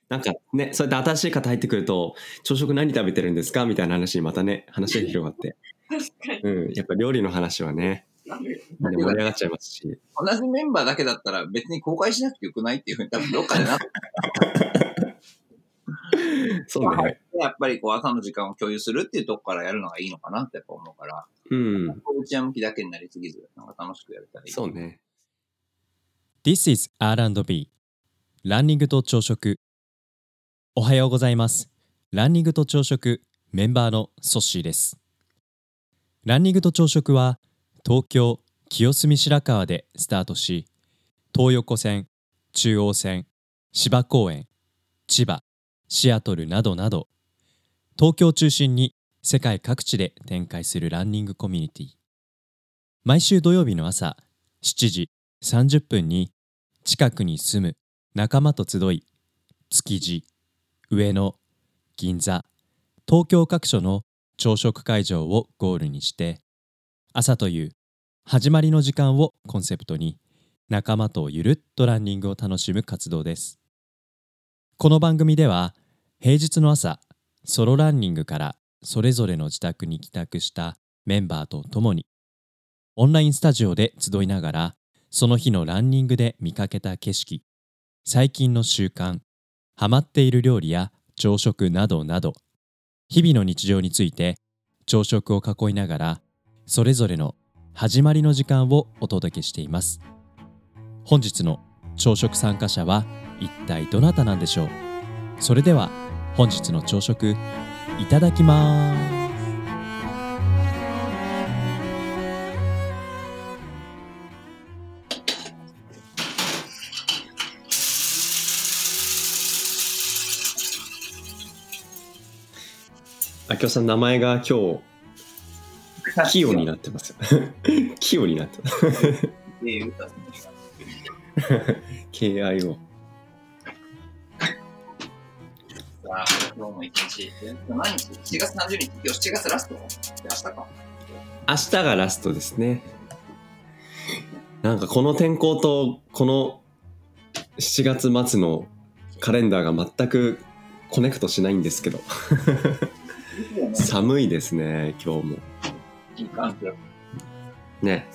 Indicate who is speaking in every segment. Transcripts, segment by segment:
Speaker 1: なんかね、そうやって新しい方入ってくると、朝食何食べてるんですかみたいな話にまたね、話が広がって。
Speaker 2: 確かに。
Speaker 1: うん、やっぱ料理の話はね、盛り上がっちゃいますし。
Speaker 2: 同じメンバーだけだったら別に公開しなくてよくないっていうふうに多分どっかでなって
Speaker 1: そうね。
Speaker 2: やっぱりこう朝の時間を共有するっていうとこからやるのがいいのかなってやっぱ思うから、
Speaker 1: うん。
Speaker 2: 内輪向きだけになりすぎず、なんか楽しくやれたらいい。
Speaker 1: そうね。
Speaker 3: This is R&B ランニングと朝食。おはようございます。ランニングと朝食メンバーのソッシーです。ランニングと朝食は東京清澄白河でスタートし、東横線、中央線、芝公園、千葉、シアトルなどなど、東京を中心に世界各地で展開するランニングコミュニティ。毎週土曜日の朝7時30分に近くに住む仲間と集い、築地、上野、銀座、東京各所の朝食会場をゴールにして、朝という始まりの時間をコンセプトに仲間とゆるっとランニングを楽しむ活動です。この番組では平日の朝、ソロランニングからそれぞれの自宅に帰宅したメンバーと共にオンラインスタジオで集いながら、その日のランニングで見かけた景色、最近の習慣、ハマっている料理や朝食などなど、日々の日常について朝食を囲いながら、それぞれの始まりの時間をお届けしています。本日の朝食参加者は一体どなたなんでしょう。それでは本日の朝食いただきます。
Speaker 1: あきおさん、名前が今日キヨになってますよ。キヨになってます。KIO。
Speaker 2: さあ、今日も一日。何日 ?7 月30日。今日7月ラスト？明日か。
Speaker 1: 明日がラストですね。なんかこの天候とこの7月末のカレンダーが全くコネクトしないんですけど。寒いですね、今日も。
Speaker 2: いい感じ。
Speaker 1: ね。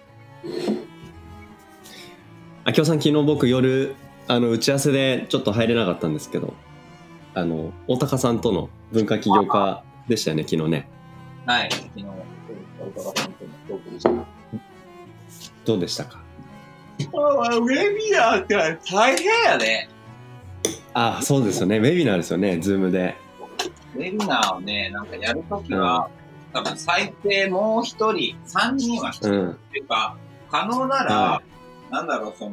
Speaker 1: あきおさん、昨日僕夜打ち合わせでちょっと入れなかったんですけど、大高さんとの文化起業家でしたよね、昨日ね。
Speaker 2: はい、昨日大高さんとのトークでした。
Speaker 1: どうでしたか？
Speaker 2: ウェビナーって大変やね。
Speaker 1: あ、そうですよね、ウェビナーですよね、ズームで。
Speaker 2: ウェビナーをね、なんかやるときは、多分最低もう一人、3人は必要っていうか、可能なら、なんだろう、ちょ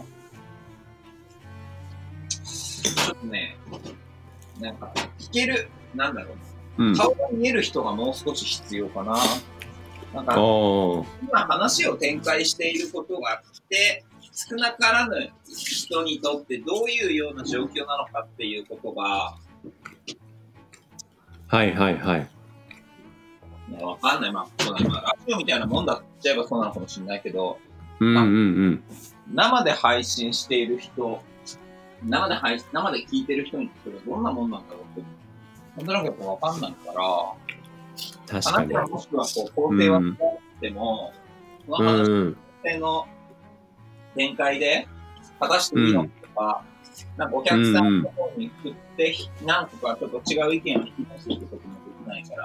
Speaker 2: っとね、なんか、聞ける、なんだろう、顔が見える人がもう少し必要かな。なんか、今話を展開していることがあって、少なからぬ人にとってどういうような状況なのかっていうことが、
Speaker 1: はいはいはい。
Speaker 2: わかんない。まあ、ラジオみたいなもんだっちゃえばそうなのかもしれないけど、生で配信している人、生で聞いてる人にとってはどんなもんなんだろうって、なんとなくやっぱわかんないから、
Speaker 1: 確かに。
Speaker 2: 話はもしくはこう、肯定はしなくても、その話の展開で、果たしていいのとか、なんかお客さんの方に振って、何個かちょっと違う意見を引き出すってこともできないから、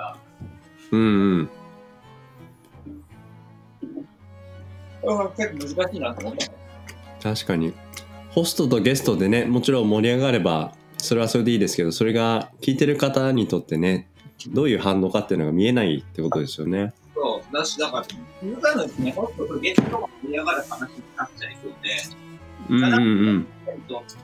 Speaker 2: 結構難しいなと思った。
Speaker 1: 確かに。ホストとゲストでね、もちろん盛り上がれば、それはそれでいいですけど、それが聞いてる方にとってね、どういう反応かっていうのが見えないってことですよね。
Speaker 2: そう、だから、気づかぬうちにホストとゲストが盛り上がる話になっちゃいそうで、ただ、とって、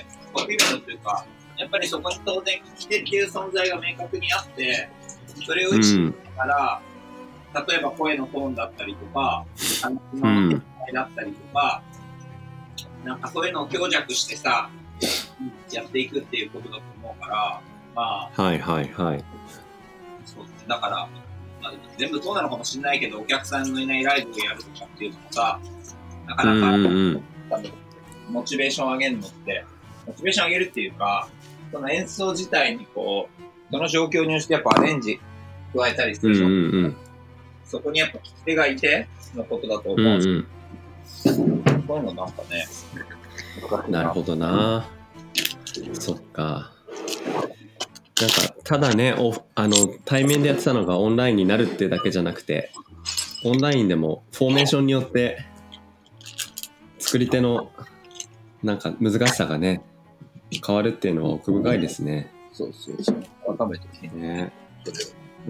Speaker 2: コピーというか、やっぱりそこに当然聞き手っていう存在が明確にあって、それを意識しながら、例えば声のトーンだったりとか、話の展開だったりとか、なんかそういうのを強弱してさ、やっていくっていうことだと思うから、まあ、
Speaker 1: はいはいはい。
Speaker 2: そうだから、まあ、全部そうなのかもしれないけど、お客さんのいないライブをやるとかっていうのもさ、なかなか、モチベーション上げるのってモチベーション上げるっていうか、その演奏自体にこう、その状況に応じてやっぱアレンジ加えたりする、そこにやっぱ聞き手がいてのことだと思うんですけど、そういうのなんかね。
Speaker 1: なるほどな。そっか。なんかただね、対面でやってたのがオンラインになるっていうだけじゃなくて、オンラインでもフォーメーションによって作り手のなんか難しさがね変わるっていうのは奥深いですね。
Speaker 2: そうそうそう。改めて聞いて
Speaker 1: ね。うん。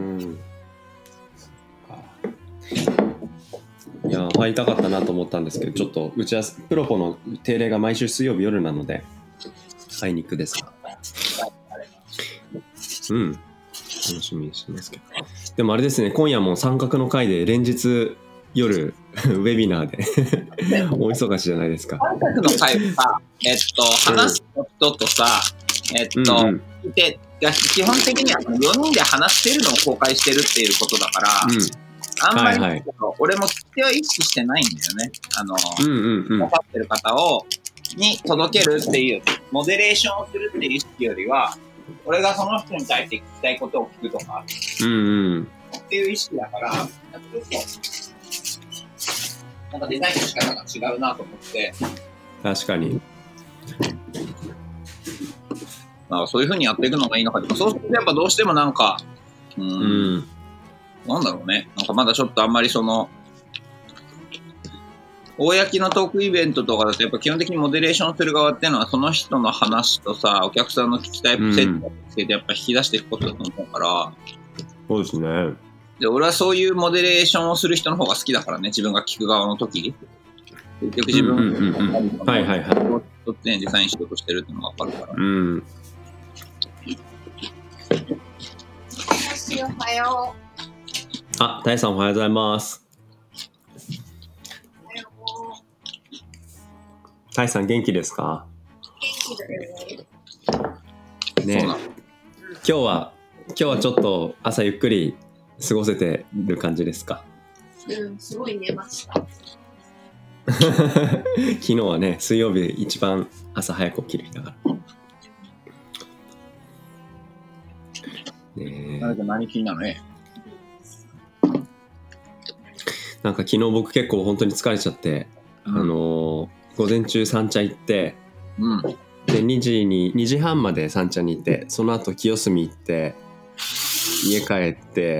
Speaker 1: いや入りたかったなと思ったんですけど、ちょっと打ち合わせプロポの定例が毎週水曜日夜なので会いに行くですが。うん。楽しみにしてますけど。でもあれですね、今夜も三角の会で連日夜ウェビナーで大忙しじゃないですか。
Speaker 2: 三角の会はさ、話す人とさ、聞いてが基本的には4人で話してるのを公開してるっていうことだから、あんまり、俺も聞き手は意識してないんだよね。分かってる方に届けるっていう、モデレーションをするっていう意識よりは、俺がその人に対して聞きたいことを聞くとか、っていう意識だから、なんかデザインの仕方が違うなと思って。
Speaker 1: 確かに。
Speaker 2: そういう風にやっていくのがいいのかとか、そうするとやっぱどうしてもなんか、なんだろうね。なんかまだちょっとあんまりその、公のトークイベントとかだとやっぱ基本的にモデレーションする側っていうのはその人の話とさ、お客さんの聞きたいセットをつけてやっぱ引き出していくことだと思うから。
Speaker 1: そうですね。
Speaker 2: で、俺はそういうモデレーションをする人の方が好きだからね、自分が聞く側の時。結局自分がとってデザインしようとしてるっていうのが分かるから。
Speaker 4: おはよ
Speaker 1: う。あ、大さんおはようございます。大さん元気ですか？
Speaker 4: 元気だ
Speaker 1: ね。
Speaker 4: よ
Speaker 1: 今日はちょっと朝ゆっくり過ごせてる感じですか？
Speaker 4: すごい寝ました。
Speaker 1: 昨日はね、水曜日一番朝早く起きる日だから。
Speaker 2: 何気になるね。
Speaker 1: なんか昨日僕結構本当に疲れちゃって、午前中三茶行って、で2時半まで三茶に行って、その後清澄行って家帰って、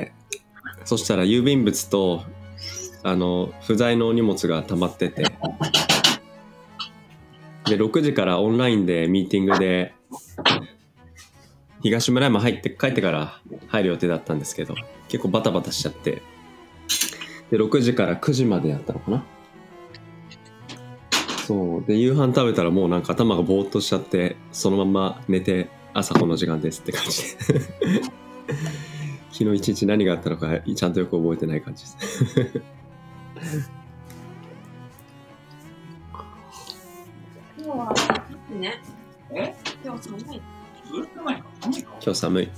Speaker 1: そしたら郵便物と不在の荷物が溜まってて、で6時からオンラインでミーティングで東村山帰ってから入る予定だったんですけど、結構バタバタしちゃって、で6時から9時までやったのかな。そうで夕飯食べたらもうなんか頭がぼーっとしちゃって、そのまま寝て朝この時間ですって感じで昨日一日何があったのかちゃんとよく覚えてない感じです
Speaker 4: 今日はね。今日寒い。
Speaker 1: 今日寒い。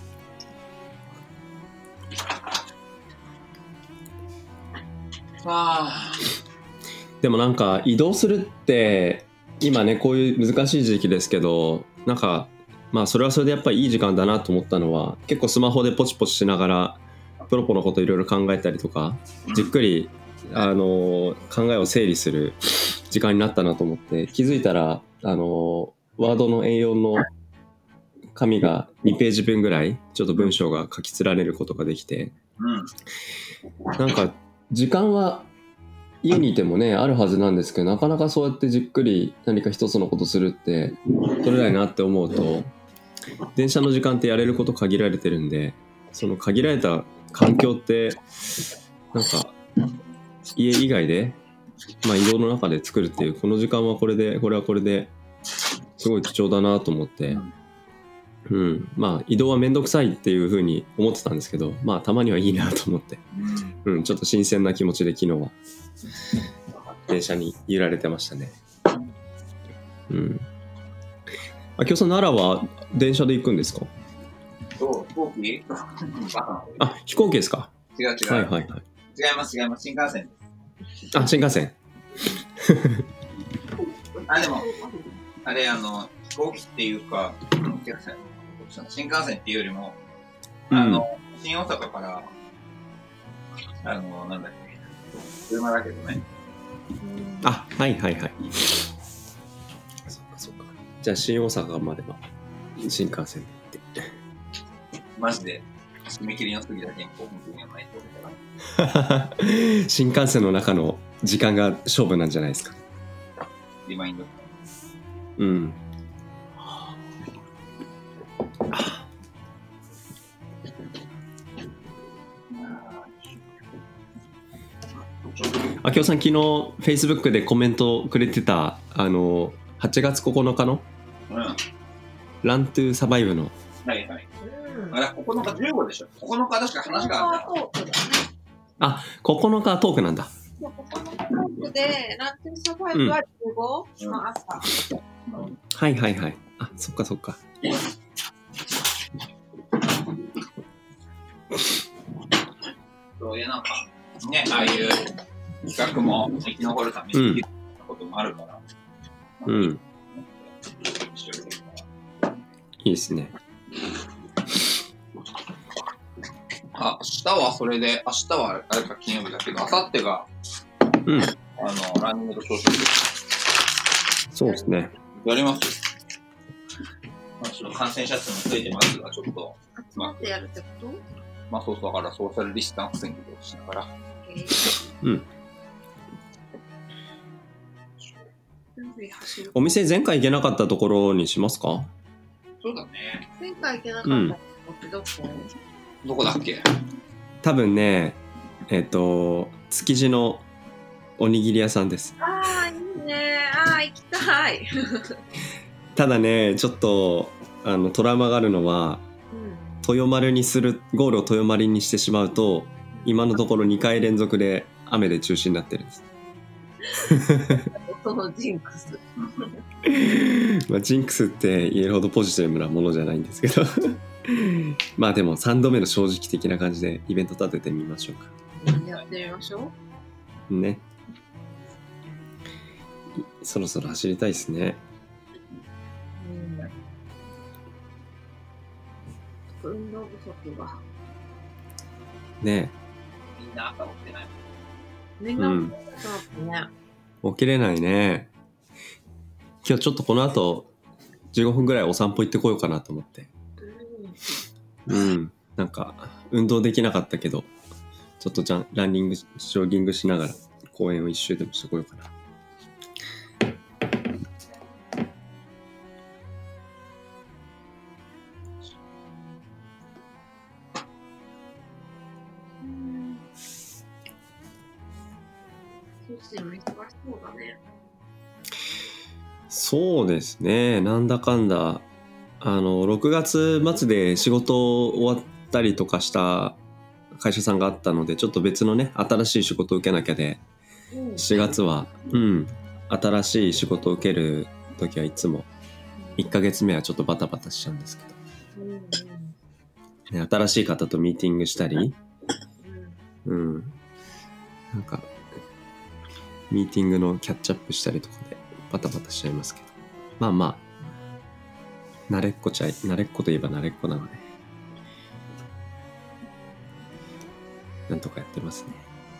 Speaker 1: でもなんか移動するって今ねこういう難しい時期ですけど、なんかまあそれはそれでやっぱりいい時間だなと思ったのは、結構スマホでポチポチしながらプロポのこといろいろ考えたりとか、じっくり考えを整理する時間になったなと思って、気づいたらワードの A4 の紙が2ページ分ぐらいちょっと文章が書き連ねることができて、なんか時間は家にいてもねあるはずなんですけど、なかなかそうやってじっくり何か一つのことするって取れないなって思うと、電車の時間ってやれること限られてるんで、その限られた環境ってなんか家以外で、移動の中で作るっていう、この時間はこれで、これはこれですごい貴重だなと思って、移動はめんどくさいっていう風に思ってたんですけど、たまにはいいなと思って、ちょっと新鮮な気持ちで昨日は電車に揺られてましたね。明夫さん、奈良は電車で行くんですか？
Speaker 2: 飛行機？
Speaker 1: 飛行機ですか？
Speaker 2: 違う。違います。新幹線です。
Speaker 1: 新幹線。
Speaker 2: でも、あれ、 飛行機っていうか、新幹線っていうよりも、新大阪から、なんだっけ、車だけどね。
Speaker 1: あ、はいはいはい。そっかそっか。じゃあ新大阪までは新幹線で行って。
Speaker 2: マジで、締め切りの時だけに興奮するんないと思うから。
Speaker 1: 新幹線の中の時間が勝負なんじゃないですか。
Speaker 2: リマインド。
Speaker 1: うん。あきおさん、昨日 Facebook でコメントくれてた8月9日のラントゥサバイブの、
Speaker 2: はいはい。あれ9日15でしょ。9日確か話があった。
Speaker 1: あ、9日はトークなんだ。
Speaker 4: 9日トークでラントゥサバイブは15の朝。
Speaker 1: はいはいはい。あ、そっかそっか。
Speaker 2: そういうなんかね、ああいう企画も生き残るためにできることもあるから。
Speaker 1: うん。いいですね。
Speaker 2: 明日はそれで、明日はあれか金曜日だけど、明後日が、ランニングと朝食です。
Speaker 1: そうですね。
Speaker 2: やります。感染者数も増えてますが、ちょっと。
Speaker 4: 集まってやるってこと？
Speaker 2: まあそうそう、だからソーシャルディスタンス宣言をしながら。
Speaker 1: うん。お店前回行けなかったところにしますか？
Speaker 2: そうだね。
Speaker 4: 前回行けなかったとこってどこ？
Speaker 2: どこだっけ？
Speaker 1: 多分ね、築地のおにぎり屋さんです。
Speaker 4: ああ、いいね。ああ、行きたい。
Speaker 1: ただね、ちょっとトラウマがあるのは、豊丸にするゴールを豊丸にしてしまうと、今のところ2回連続で雨で中止になってるんです。
Speaker 4: そのジンクス。
Speaker 1: まあジンクスって言えるほどポジティブなものじゃないんですけどまあでも3度目の正直的な感じでイベント立ててみましょうか。
Speaker 4: やってみましょ
Speaker 1: うね。そろそろ走りたいですね。
Speaker 4: 運動不足が
Speaker 1: ね
Speaker 2: え。みんな朝起きてない。
Speaker 4: みんな起きてないね。
Speaker 1: 起きれないね。今日ちょっとこの後15分ぐらいお散歩行ってこようかなと思って。なんか運動できなかったけど、ちょっとランニングジョギングしながら公園を一周でもしてこようかな。そうですね。なんだかんだ6月末で仕事終わったりとかした会社さんがあったので、ちょっと別のね新しい仕事を受けなきゃで、7月は新しい仕事を受ける時はいつも1ヶ月目はちょっとバタバタしちゃうんですけど、新しい方とミーティングしたり、なんかミーティングのキャッチアップしたりとかでバタバタしちゃいますけど、まあまあ慣れっこといえば慣れっこなので、なんとかやってますね。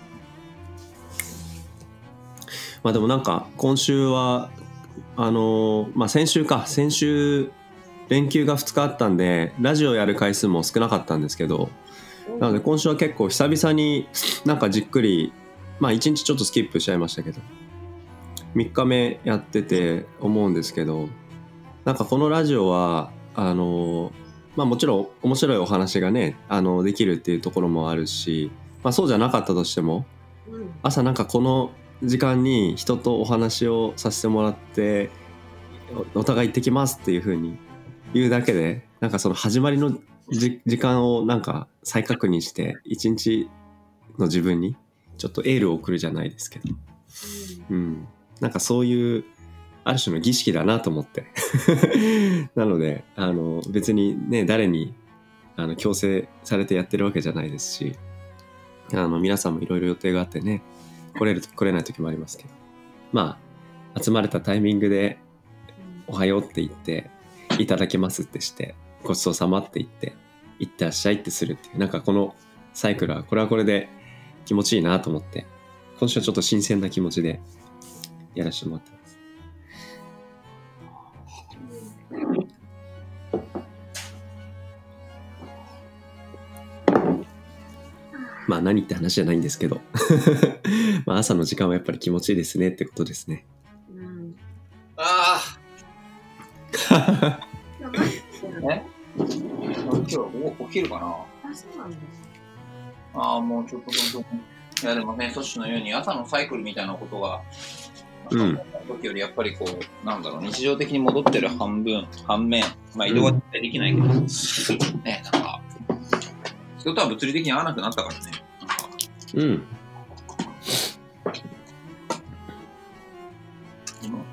Speaker 1: まあでもなんか今週は先週連休が2日あったんでラジオやる回数も少なかったんですけど、なので今週は結構久々になんかじっくり、1日ちょっとスキップしちゃいましたけど3日目やってて思うんですけど、なんかこのラジオはもちろん面白いお話がねできるっていうところもあるし、そうじゃなかったとしても、朝なんかこの時間に人とお話をさせてもらってお互い行ってきますっていう風に言うだけで、なんかその始まりの時間をなんか再確認して一日の自分にちょっとエールを送るじゃないですけど、なんかそういうある種の儀式だなと思ってなので別にね誰に強制されてやってるわけじゃないですし、皆さんもいろいろ予定があってね来れない時もありますけど、集まれたタイミングでおはようって言っていただきますってしてごちそうさまって言っていってらっしゃいってするっていう、なんかこのサイクルはこれはこれで気持ちいいなと思って、今週はちょっと新鮮な気持ちでやらせてもらってます。まあ何って話じゃないんですけどまあ朝の時間はやっぱり気持ちいいですねってことですね。
Speaker 4: うん。
Speaker 2: あ
Speaker 4: やばいですよね。
Speaker 2: 今日起きるかな。
Speaker 4: あ、そうなんです。
Speaker 2: ああ、もうちょっと本当に。いやでもね、ソッシュのように朝のサイクルみたいなことが、時よりやっぱりこう、なんだろう、日常的に戻ってる反面、まあ移動は絶対できないけど、ね、なんか、人とは物理的に会わなくなったからね。なんかでも、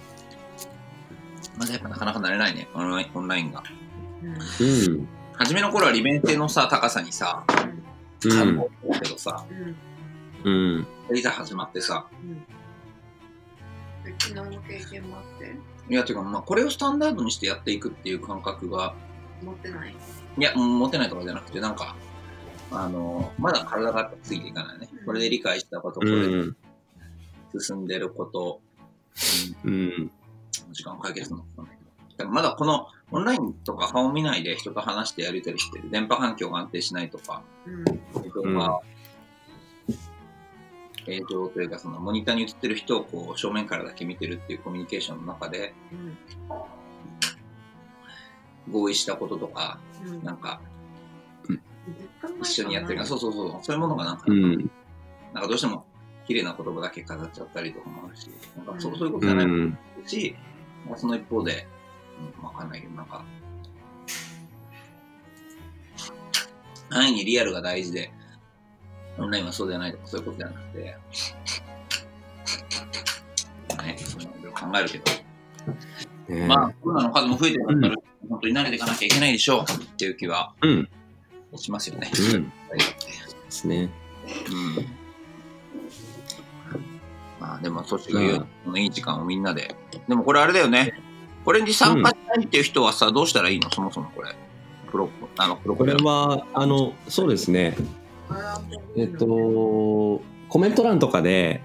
Speaker 2: まだやっぱなかなか慣れないね、オンラインが。初めの頃は利便性のさ、高さにさ、感動だけどさ、いざ始まってさ、
Speaker 4: 昨日の経験もあって。
Speaker 2: いや、てか、まあ、これをスタンダードにしてやっていくっていう感覚が、
Speaker 4: 持ってない。
Speaker 2: いや、持ってないとかじゃなくて、なんか、まだ体がついていかないね。これで理解したこと、これで進んでること、時間を解決するのかわかんないけど。だからまだこのオンラインとか顔見ないで人と話してやり取りしてる、電波環境が安定しないとか、映像というかそのモニターに映ってる人をこう正面からだけ見てるっていうコミュニケーションの中で、合意したこととか、なんか、一緒にやってるから、そういうものがなんか、なんかどうしても綺麗な言葉だけ飾っちゃったりとかもあるし、なんかそういうことじゃないし、その一方で、わかんないけど、なんか、安易にリアルが大事で、オンラインはそうじゃないとか、そういうことじゃなくて、ね、そういうのいろいろ考えるけど、まあ、コロナの数も増えてるから、本当に慣れていかなきゃいけないでしょうっていう気はしますよね。
Speaker 1: ですね。
Speaker 2: まあ、でも、そっちが言うのいい時間をみんなで。でもこれあれだよね。これに参加したいっていう人はさ、どうしたらいいのそもそもこれ。
Speaker 1: これは、そうですね。コメント欄とかで、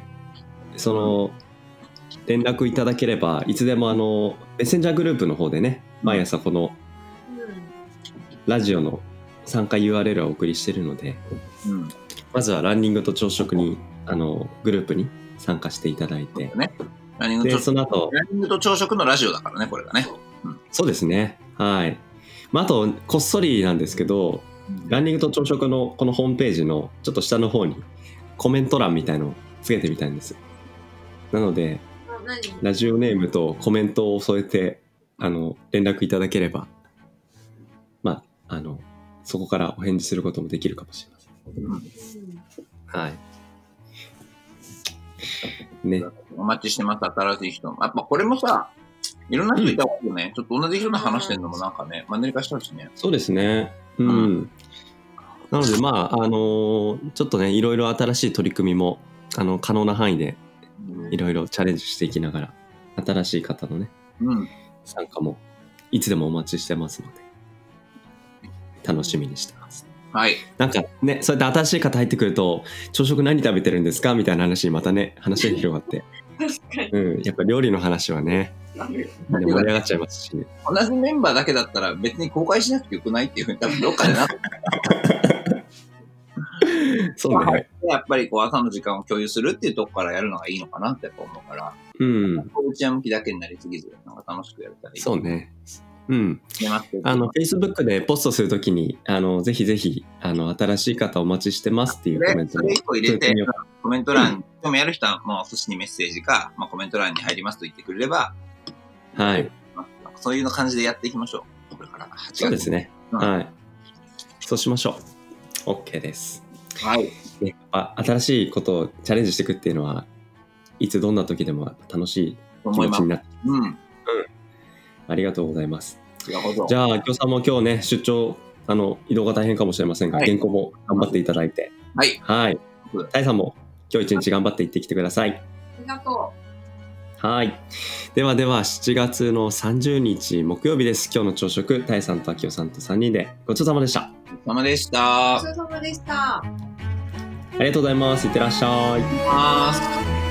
Speaker 1: 連絡いただければ、いつでもメッセンジャーグループの方でね、毎朝この、ラジオの参加 URL をお送りしてるので、まずはランニングと朝食に、グループに参加していただいて、で、その後、
Speaker 2: ランニングと朝食のラジオだからね、これがね。
Speaker 1: そうですね。はい。まあ、あと、こっそりなんですけど、ランニングと朝食のこのホームページのちょっと下の方にコメント欄みたいのをつけてみたいんです。なので、ラジオネームとコメントを添えて、連絡いただければ、まあ、そこからお返事することもできるかもしれません。はい。ね。
Speaker 2: お待ちしてます、新しい人。やっぱこれもさ、いろんな人いた方がね、ちょっと同じ人と話してるのもなんかね、マンネリ化したしね。
Speaker 1: そうですね。なので、まあ、ちょっとね、いろいろ新しい取り組みも、可能な範囲で、いろいろチャレンジしていきながら、新しい方のね、参加も、いつでもお待ちしてますので、楽しみにしてます。
Speaker 2: はい。
Speaker 1: なんかね、そうやって新しい方入ってくると、朝食何食べてるんですかみたいな話にまたね、話が広がって。やっぱ料理の話はね、盛り上がっちゃいますしね。
Speaker 2: 同じメンバーだけだったら別に公開しなくてよくないっていうふうに多分どっかでなって
Speaker 1: そうね。
Speaker 2: やっぱりこう朝の時間を共有するっていうところからやるのがいいのかなって思うから、内輪向きだけになりすぎず、なんか楽しくやれたらいい。
Speaker 1: そうね。Facebook でポストするときに、ぜひぜひ、新しい方お待ちしてますっていうコメントを。
Speaker 2: それ1個入れて、コメント欄に、でもやる人はもう寿司にメッセージか、まあ、コメント欄に入りますと言ってくれれば、
Speaker 1: はい。
Speaker 2: そういう感じでやっていきましょう。これから8月。
Speaker 1: そうですね。はい。そうしましょう。OK です。
Speaker 2: はい。
Speaker 1: ね、新しいことをチャレンジしていくっていうのは、いつどんな時でも楽しい気持ちになってます。ありがとうございます。じゃあ、きょうさんも今日ね、出張、移動が大変かもしれませんが、原稿も頑張っていただいて。
Speaker 2: はい。
Speaker 1: はい。タイさんも今日一日頑張って行ってきてください。
Speaker 4: ありがと
Speaker 1: はい。ではでは、7月の30日木曜日です。今日の朝食、たえさんとあきおさんと3人でごちそうさまでした。
Speaker 2: お疲れ様でした。
Speaker 4: ごちそうさまでした。
Speaker 1: ありがとうございます。いってらっしゃい。
Speaker 2: ます。